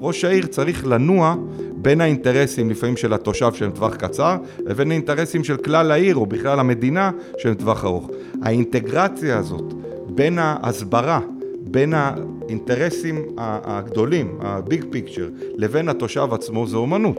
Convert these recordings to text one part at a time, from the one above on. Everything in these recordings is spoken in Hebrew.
ראש העיר צריך לנוע בין האינטרסים לפעמים של התושב שהם טווח קצר, לבין האינטרסים של כלל העיר או בכלל המדינה שהם טווח ארוך. האינטגרציה הזאת בין ההסברה, בין האינטרסים הגדולים, הביג פיקצ'ר, לבין התושב עצמו, זה אומנות.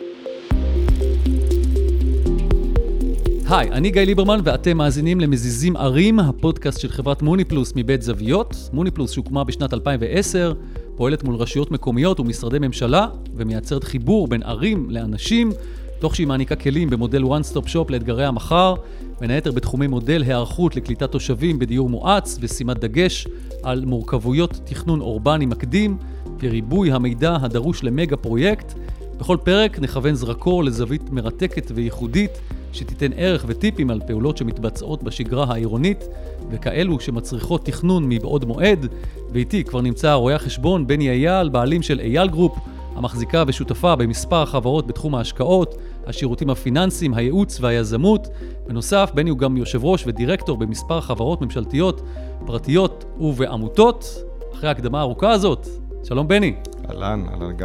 היי, אני גיא ליברמן ואתם מאזינים למזיזים ערים, הפודקאסט של חברת מוניפלוס מבית זוויות. מוניפלוס שהוקמה בשנת 2010, פועלת מול רשויות מקומיות ומשרדי ממשלה, ומייצרת חיבור בין ערים לאנשים, תוך שהיא מעניקה כלים במודל one stop shop לאתגרי המחר, בין היתר בתחומי מודל הערכות לקליטת תושבים בדיור מואץ, ושימת דגש על מורכבויות תכנון אורבני מקדים, וריבוי המידע הדרוש למגה פרויקט. בכל פרק נכוון זרקור לזווית מרתקת וייחודית, שתיתן ערך וטיפים על פעולות שמתבצעות בשגרה העירונית, וכאלו שמצריכות תכנון מבעוד מועד. ואיתי כבר נמצא רואה החשבון בני אייל, בעלים של אייל גרופ, המחזיקה ושותפה במספר החברות בתחום ההשקעות, השירותים הפיננסיים, הייעוץ והיזמות. בנוסף, בני הוא גם יושב ראש ודירקטור במספר חברות ממשלתיות, פרטיות ובעמותות. אחרי ההקדמה הארוכה הזאת, שלום בני. אהלן גיא.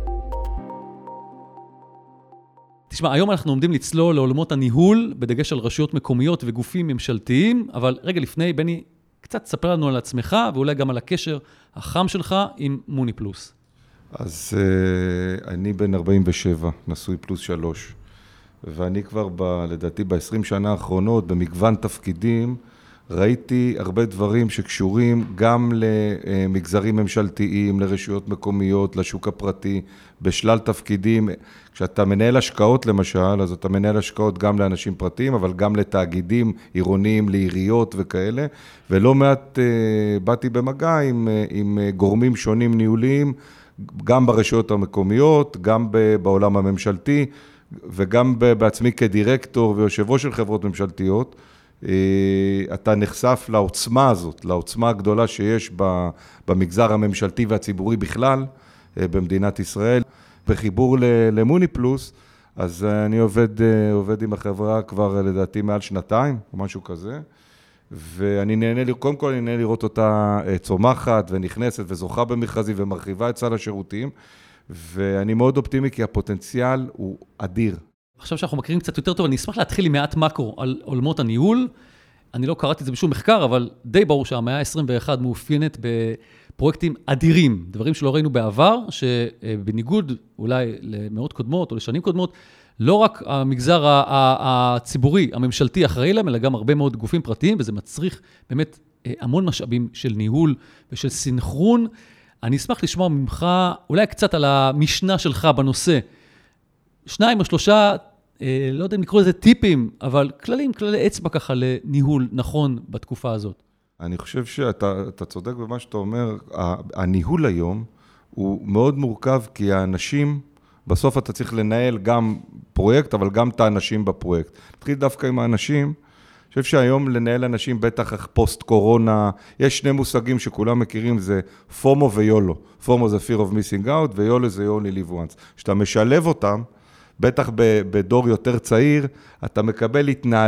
תשמע, היום אנחנו עומדים לצלול לעולמות הניהול, בדגש על רשויות מקומיות וגופים ממשלתיים, אבל רגע לפני, בני, קצת תספר לנו על עצמך, ואולי גם על הקשר החם שלך עם מוניפלוס. אז אני בן 47, נשוי פלוס 3, ואני כבר לדעתי ב-20 שנה האחרונות, במגוון תפקידים, ראיתי הרבה דברים שקשורים גם למגזרים ממשלתיים, לרשויות מקומיות, לשוק הפרטי, בשלל תפקידים. כשאתה מנהל השקעות למשל, אז אתה מנהל השקעות גם לאנשים פרטיים, אבל גם לתאגידים עירוניים, לעיריות וכאלה, ולא מעט באתי במגע עם גורמים שונים ניהוליים, גם ברשויות המקומיות, גם בעולם הממשלתי, וגם בעצמי כדירקטור ויושב ראש של חברות ממשלתיות. אתה נחשף לעוצמה הזאת, לעוצמה הגדולה שיש במגזר הממשלתי והציבורי בכלל במדינת ישראל. בחיבור למוניפלוס, אז אני עובד עם החברה כבר לדעתי מעל שנתיים, או משהו כזה, ואני קודם כל נהנה לראות אותה צומחת ונכנסת וזוכה במכרזים ומרחיבה את סל השירותים, ואני מאוד אופטימי כי הפוטנציאל הוא אדיר. עכשיו שאנחנו מכירים קצת יותר טוב, אני אשמח להתחיל עם מעט מקרו על עולמות הניהול. אני לא קראתי את זה בשום מחקר, אבל די ברור שהמאה ה-21 מאופיינת בפרויקטים אדירים, דברים שלא ראינו בעבר, שבניגוד אולי למאות קודמות או לשנים קודמות, לא רק המגזר הציבורי, הממשלתי אחראי להם, אלא גם הרבה מאוד גופים פרטיים, וזה מצריך באמת המון משאבים של ניהול ושל סינכרון. אני אשמח לשמוע ממך אולי קצת על המשנה שלך בנושא, 2 או 3, לא יודע אם לקרוא לזה טיפים, אבל כללי אצבע ככה לניהול נכון בתקופה הזאת. אני חושב שאתה צודק במה שאתה אומר, הניהול היום הוא מאוד מורכב, כי האנשים, בסוף אתה צריך לנהל גם פרויקט, אבל גם את האנשים בפרויקט. נתחיל דווקא עם האנשים, אני חושב שהיום לנהל אנשים בטח פוסט קורונה, יש 2 מושגים שכולם מכירים, זה פומו ויולו. פומו זה fear of missing out, ויולו זה you only live once. כשאתה משלב אותם, בטח בדור יותר צעיר, אתה מקבל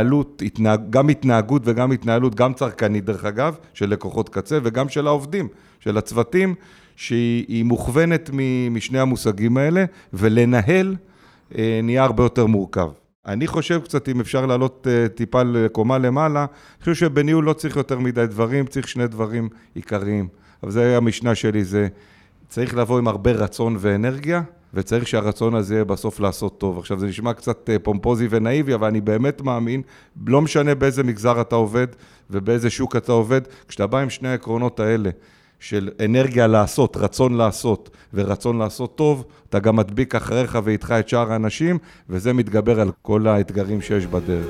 גם התנהגות וגם התנהלות, גם צרכנית דרך אגב, של לקוחות קצה, וגם של העובדים, של הצוותים, שהיא מוכוונת משני המושגים האלה, ולנהל נהיה הרבה יותר מורכב. אני חושב קצת, אם אפשר לעלות טיפה לקומה למעלה, אני חושב שבניהול לא צריך יותר מדי דברים, צריך 2 דברים עיקריים. אבל זה המשנה שלי, זה צריך לבוא עם הרבה רצון ואנרגיה, וצריך שהרצון הזה יהיה בסוף לעשות טוב. עכשיו, זה נשמע קצת פומפוזי ונאיבי, אבל אני באמת מאמין, לא משנה באיזה מגזר אתה עובד ובאיזה שוק אתה עובד, כשאתה בא עם 2 העקרונות האלה, של אנרגיה לעשות, רצון לעשות ורצון לעשות טוב, אתה גם מדביק אחריך ואיתך את שאר האנשים, וזה מתגבר על כל האתגרים שיש בדרך.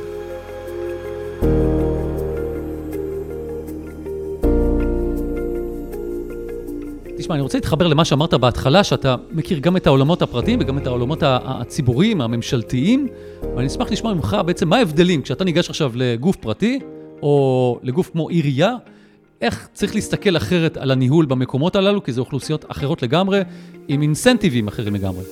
תשמע, אני רוצה להתחבר למה שאמרת בהתחלה, שאתה מכיר גם את העולמות הפרטיים וגם את העולמות הציבוריים, הממשלתיים, ואני אשמח לשמוע ממך בעצם מה ההבדלים, כשאתה ניגש עכשיו לגוף פרטי, או לגוף כמו עירייה, איך צריך להסתכל אחרת על הניהול במקומות הללו, כי זה אוכלוסיות אחרות לגמרי, עם אינסנטיבים אחרים לגמרי.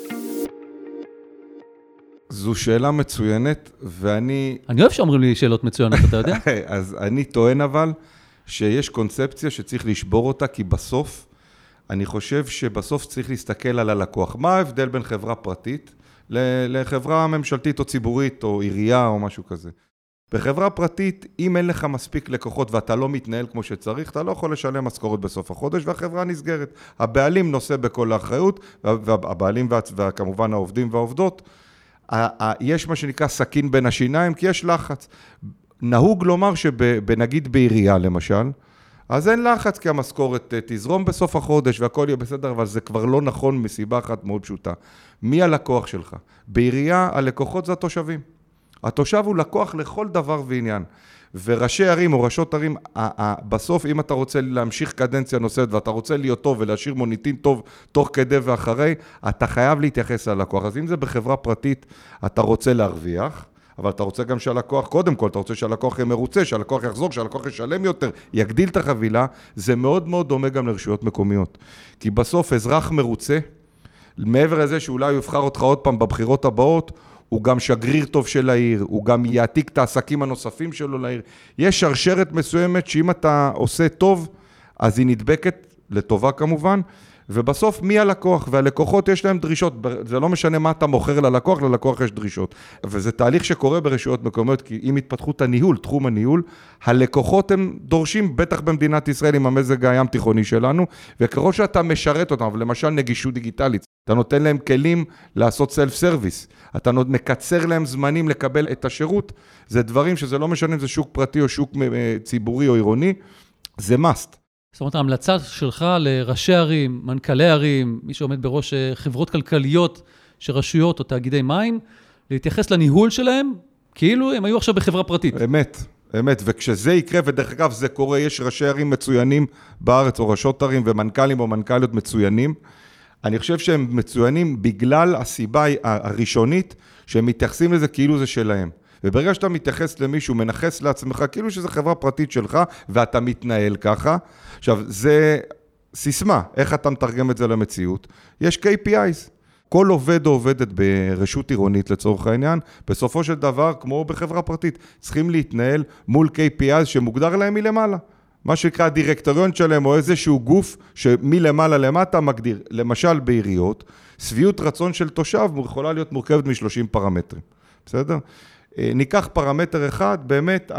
זו שאלה מצוינת, ואני... אני אוהב שאומרים לי שאלות מצוינות, אתה יודע? אז אני טוען אבל, שיש קונספציה שצריך לשבור אותה, כי בסוף אני חושב שבסוף צריך להסתכל על הלקוח. מה ההבדל בין חברה פרטית לחברה ממשלתית או ציבורית או עירייה או משהו כזה? בחברה פרטית, אם אין לך מספיק לקוחות ואתה לא מתנהל כמו שצריך, אתה לא יכול לשלם משכורות בסוף החודש והחברה נסגרת. הבעלים נושא בכל האחריות, והבעלים וכמובן העובדים והעובדות, יש מה שנקרא סכין בין השיניים, כי יש לחץ. נהוג לומר שבנגיד בעירייה למשל, אז אין לחץ כי המשכורת תזרום בסוף החודש והכל יהיה בסדר, אבל זה כבר לא נכון מסיבה אחת מאוד פשוטה. מי הלקוח שלך? בעירייה הלקוחות זה התושבים. התושב הוא לקוח לכל דבר ועניין. וראשי ערים או ראשות ערים, בסוף אם אתה רוצה להמשיך קדנציה נוספת ואתה רוצה להיות טוב ולהשאיר מוניטין טוב תוך כדי ואחרי, אתה חייב להתייחס ללקוח. אז אם זה בחברה פרטית, אתה רוצה להרוויח, אבל אתה רוצה גם שהלקוח, קודם כל, אתה רוצה שהלקוח יהיה מרוצה, שהלקוח יחזור, שהלקוח ישלם יותר, יגדיל את החבילה, זה מאוד מאוד דומה גם לרשויות מקומיות. כי בסוף אזרח מרוצה, מעבר לזה שאולי הוא יבחר אותך עוד פעם בבחירות הבאות, הוא גם שגריר טוב של העיר, הוא גם יעתיק את העסקים הנוספים שלו לעיר. יש שרשרת מסוימת שאם אתה עושה טוב, אז היא נדבקת לטובה כמובן, ובסוף מי הלקוח? והלקוחות יש להם דרישות, זה לא משנה מה אתה מוכר ללקוח, ללקוח יש דרישות. וזה תהליך שקורה ברשויות מקומיות, כי אם התפתחות הניהול, תחום הניהול, הלקוחות הם דורשים, בטח במדינת ישראל עם המזג הים תיכוני שלנו, וככל שאתה משרת אותם, למשל נגישות דיגיטלית, אתה נותן להם כלים לעשות סלף סרוויס, אתה מקצר להם זמנים לקבל את השירות, זה דברים שזה לא משנה אם זה שוק פרטי או שוק ציבורי או עירוני, זה must. זאת אומרת, ההמלצה שלך לראשי ערים, מנכ"לי ערים, מי שעומד בראש חברות כלכליות של רשויות או תאגידי מים, להתייחס לניהול שלהם, כאילו הם היו עכשיו בחברה פרטית. אמת, וכשזה יקרה, ודרך אגב זה קורה, יש ראשי ערים מצוינים בארץ, או ראשות ערים ומנכ"לים או מנכ"ליות מצוינים, אני חושב שהם מצוינים בגלל הסיבה הראשונית, שהם מתייחסים לזה כאילו זה שלהם. וברגע שאתה מתייחס למישהו, מנחס לעצמך, כאילו שזה חברה פרטית שלך, ואתה מתנהל ככה. עכשיו, זה סיסמה, איך אתה מתרגם את זה למציאות? יש KPIs. כל עובד או עובדת ברשות עירונית לצורך העניין, בסופו של דבר, כמו בחברה פרטית, צריכים להתנהל מול KPIs שמוגדר להם מלמעלה. מה שנקרא הדירקטוריון שלהם, או איזשהו גוף שמלמעלה למטה מגדיר. למשל בעיריות, שביעות רצון של תושב יכולה להיות מורכבת מ-30 פרמטרים. בסדר? ניקח פרמטר אחד, באמת,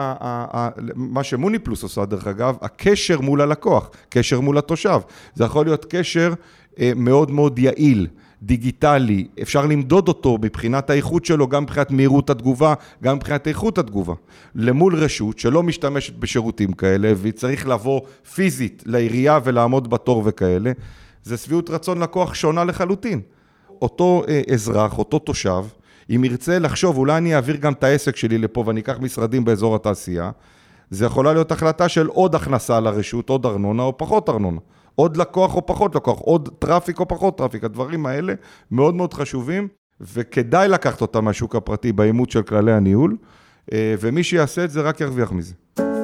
מה שמוניפלוס עושה דרך אגב, הקשר מול הלקוח, קשר מול התושב. זה יכול להיות קשר מאוד מאוד יעיל, דיגיטלי, אפשר למדוד אותו מבחינת האיכות שלו, גם מבחינת מהירות התגובה, גם מבחינת איכות התגובה. למול רשות שלא משתמשת בשירותים כאלה, והיא צריך לבוא פיזית לעירייה ולעמוד בתור וכאלה, זה שביעות רצון לקוח שונה לחלוטין. אותו אזרח, אותו תושב, אם ירצה לחשוב, אולי אני אעביר גם את העסק שלי לפה ואני אקח משרדים באזור התעשייה, זה יכולה להיות החלטה של עוד הכנסה לרשות, עוד ארנונה או פחות ארנונה, עוד לקוח או פחות לקוח, עוד טראפיק או פחות טראפיק. הדברים האלה מאוד מאוד חשובים, וכדאי לקחת אותם מהשוק הפרטי באימות של כללי הניהול, ומי שיעשה את זה רק ירוויח מזה.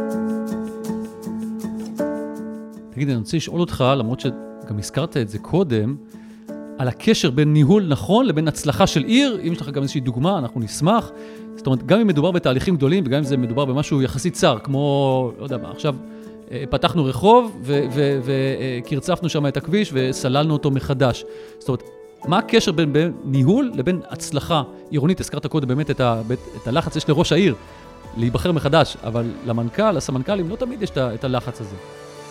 תגיד, אני רוצה לשאול אותך, למרות שגם הזכרת את זה קודם, על הקשר בין ניהול נכון לבין הצלחה של עיר. אם יש לך גם איזושהי דוגמה, אנחנו נשמח. זאת אומרת, גם אם מדובר בתהליכים גדולים, וגם אם זה מדובר במשהו יחסית צר, כמו, לא יודע מה, עכשיו פתחנו רחוב, וקרצפנו שם את הכביש, וסללנו אותו מחדש. זאת אומרת, מה הקשר בין ניהול לבין הצלחה עירונית? הזכרת קודם באמת את הלחץ יש לראש העיר, להיבחר מחדש, אבל למנכ"ל, לסמנכ"לים, לא תמיד יש את הלחץ הזה.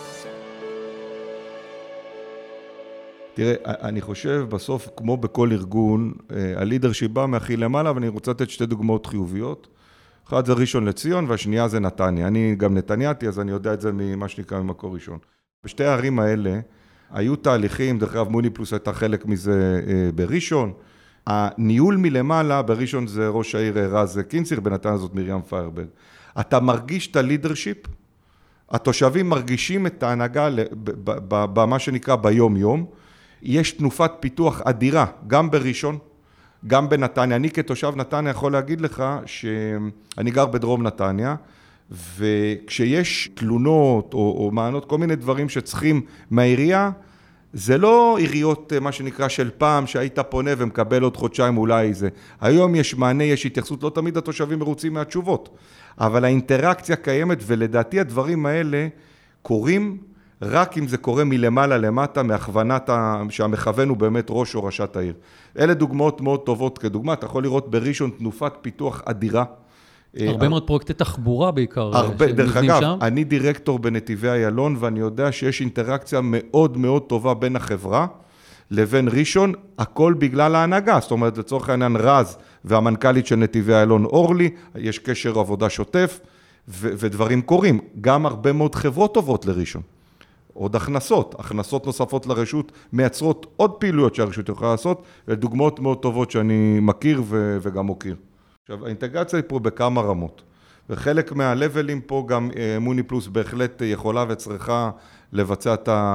תראה, אני חושב בסוף, כמו בכל ארגון, הלידרשיפ בא מהכי למעלה, ואני רוצה לתת שתי דוגמאות חיוביות. אחד זה ראשון לציון, והשנייה זה נתניה. אני גם נתניאתי, אז אני יודע את זה ממה שנקרא ממקור ראשון. בשתי הערים האלה, היו תהליכים, דרך אגב מוניפלוס הייתה חלק מזה בראשון. הניהול מלמעלה, בראשון זה ראש העיר רז קינציר, בנתניה זאת מרים פיירברג. אתה מרגיש את הלידרשיפ, התושבים מרגישים את ההנהגה במה שנקרא ביום יום, יש תנופת פיתוח אדירה, גם בראשון, גם בנתניה. אני כתושב נתניה יכול להגיד לך שאני גר בדרום נתניה, וכשיש תלונות או מענות, כל מיני דברים שצריכים מהעירייה, זה לא עיריות מה שנקרא של פעם, שהיית פונה ומקבל עוד חודשיים אולי זה. היום יש מענה, יש התייחסות, לא תמיד התושבים מרוצים מהתשובות, אבל האינטראקציה קיימת, ולדעתי הדברים האלה קורים רק אם זה קורה מלמעלה למטה, מהכוונת שהמכוון הוא באמת ראש או ראשת העיר. אלה דוגמאות מאוד טובות כדוגמה, אתה יכול לראות בראשון תנופת פיתוח אדירה. הרבה מאוד פרויקטי תחבורה בעיקר. דרך אגב, אני דירקטור בנתיבי איילון, ואני יודע שיש אינטראקציה מאוד מאוד טובה בין החברה לבין ראשון, הכל בגלל ההנהגה. זאת אומרת, לצורך העניין רז והמנכ"לית של נתיבי איילון אורלי, יש קשר עבודה שוטף, ודברים קורים. גם הרבה מאוד חברות טובות לראשון. עוד הכנסות נוספות לרשות, מייצרות עוד פעילויות שהרשות יכולה לעשות, דוגמאות מאוד טובות שאני מכיר וגם מוקיר. עכשיו, האינטגרציה היא פה בכמה רמות, וחלק מהלבלים פה גם מוני פלוס בהחלט יכולה וצריכה לבצע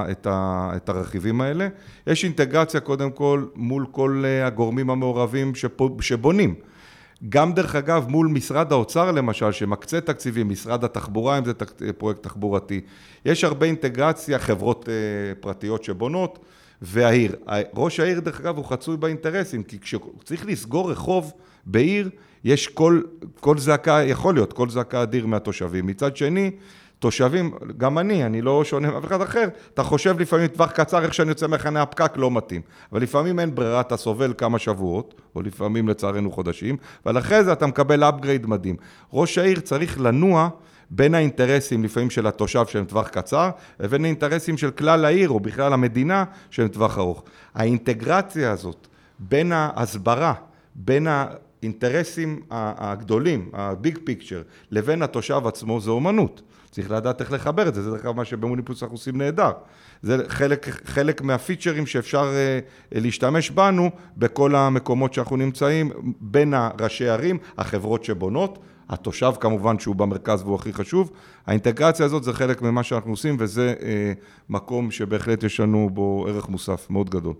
את הרכיבים האלה. יש אינטגרציה קודם כל מול כל הגורמים המעורבים שבונים. גם דרך אגב מול משרד האוצר למשל, שמקצה תקציבים, משרד התחבורה, אם זה פרויקט תחבורתי. יש הרבה אינטגרציה, חברות פרטיות שבונות, והעיר. ראש העיר דרך אגב הוא חצוי באינטרסים, כי כשצריך לסגור רחוב בעיר, יש כל זעקה, יכול להיות כל זעקה אדיר מהתושבים. מצד שני, תושבים, גם אני לא שונה מאף אחד אחר, אתה חושב לפעמים טווח קצר, איך שאני יוצא מחנה הפקק לא מתאים. אבל לפעמים אין ברירה, אתה סובל כמה שבועות, או לפעמים לצערנו חודשים, אבל אחרי זה אתה מקבל אפגרייד מדהים. ראש העיר צריך לנוע בין האינטרסים לפעמים של התושב שהם טווח קצר, לבין האינטרסים של כלל העיר, או בכלל המדינה שהם טווח ארוך. האינטגרציה הזאת, בין ההסברה, בין האינטרסים הגדולים, הביג פיקצ'ר, לבין התושב עצמו, זה אומנות. צריך לדעת איך לחבר את זה, זה דרך כלל מה שבמוני פלוס אנחנו עושים נהדר. זה חלק מהפיצ'רים שאפשר להשתמש בנו בכל המקומות שאנחנו נמצאים, בין ראשי הערים, החברות שבונות, התושב כמובן שהוא במרכז והוא הכי חשוב. האינטגרציה הזאת זה חלק ממה שאנחנו עושים, וזה מקום שבהחלט יש לנו בו ערך מוסף מאוד גדול.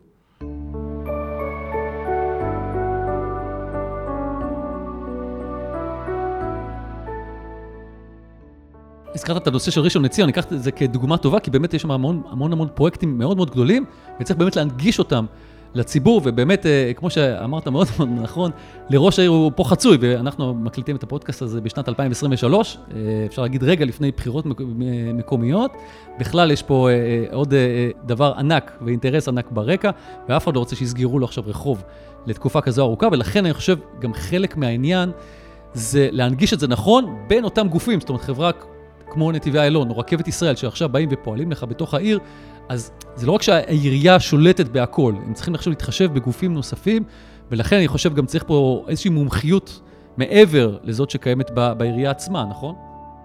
הזכרת את הנושא של ראשון לציון, אני אקח את זה כדוגמה טובה, כי באמת יש שם המון פרויקטים מאוד מאוד גדולים, וצריך באמת להנגיש אותם לציבור, ובאמת, כמו שאמרת מאוד מאוד נכון, לראש העיר הוא פה חצוי, ואנחנו מקליטים את הפודקאסט הזה בשנת 2023, אפשר להגיד רגע לפני בחירות מקומיות, בכלל יש פה עוד דבר ענק ואינטרס ענק ברקע, ואף אחד לא רוצה שיסגרו לו עכשיו רחוב לתקופה כזו ארוכה, ולכן אני חושב גם חלק מהעניין זה להנגיש את זה נכון בין אותם גופים, זאת אומרת חברה כמו נתיבי איילון או רכבת ישראל שעכשיו באים ופועלים לך בתוך העיר, אז זה לא רק שהעירייה שולטת בהכל, הם צריכים עכשיו להתחשב בגופים נוספים, ולכן אני חושב גם צריך פה איזושהי מומחיות מעבר לזאת שקיימת בעירייה עצמה, נכון?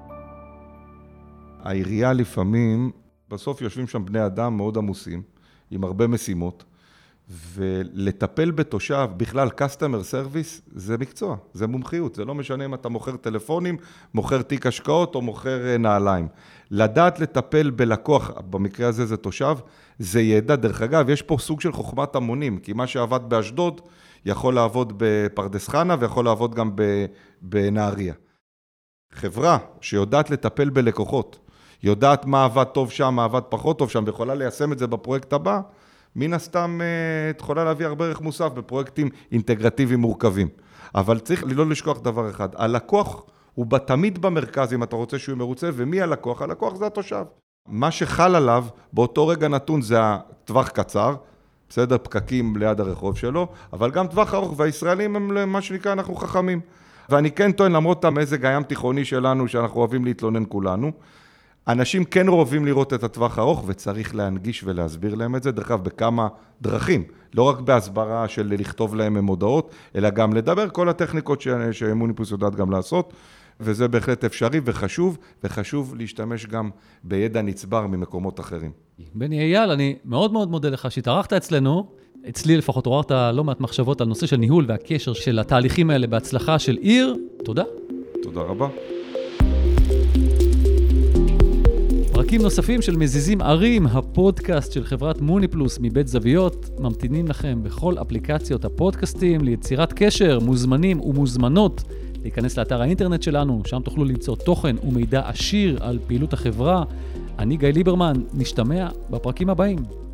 העירייה לפעמים, בסוף יושבים שם בני אדם מאוד עמוסים, עם הרבה משימות, ולטפל בתושב, בכלל customer service, זה מקצוע, זה מומחיות, זה לא משנה אם אתה מוכר טלפונים, מוכר תיק השקעות או מוכר נעליים. לדעת לטפל בלקוח, במקרה הזה זה תושב, זה ידע. דרך אגב, יש פה סוג של חוכמת המונים, כי מה שעבד באשדוד יכול לעבוד בפרדס חנה ויכול לעבוד גם בנהריה. חברה שיודעת לטפל בלקוחות, יודעת מה עבד טוב שם, מה עבד פחות טוב שם, ויכולה ליישם את זה בפרויקט הבא, מן הסתם תוכלה להביא הרבה ערך מוסף בפרויקטים אינטגרטיביים מורכבים. אבל צריך לא לשכוח דבר אחד, הלקוח הוא תמיד במרכז אם אתה רוצה שהוא מרוצה, ומי הלקוח? הלקוח זה התושב. מה שחל עליו באותו רגע נתון זה הטווח קצר, בסדר, פקקים ליד הרחוב שלו, אבל גם טווח ארוך, והישראלים הם מה שנקרא אנחנו חכמים. ואני כן טוען, למרות המזג הים תיכוני שלנו, שאנחנו אוהבים להתלונן כולנו, אנשים כן אוהבים לראות את הטווח הארוך, וצריך להנגיש ולהסביר להם את זה, דרך אגב, בכמה דרכים. לא רק בהסברה של לכתוב להם מודעות, אלא גם לדבר כל הטכניקות שמוני פלוס יודעת גם לעשות, וזה בהחלט אפשרי וחשוב להשתמש גם בידע נצבר ממקומות אחרים. בני אייל, אני מאוד מאוד מודה לך שהתארחת אצלנו, אצלי לפחות עוררת לא מעט מחשבות על נושא של ניהול והקשר של התהליכים האלה בהצלחה של עיר. תודה. תודה רבה. פרקים נוספים של מזיזים ערים, הפודקאסט של חברת מוני פלוס מבית זוויות, ממתינים לכם בכל אפליקציות הפודקאסטים ליצירת קשר, מוזמנים ומוזמנות להיכנס לאתר האינטרנט שלנו, שם תוכלו למצוא תוכן ומידע עשיר על פעילות החברה. אני גיא ליברמן, נשתמע בפרקים הבאים.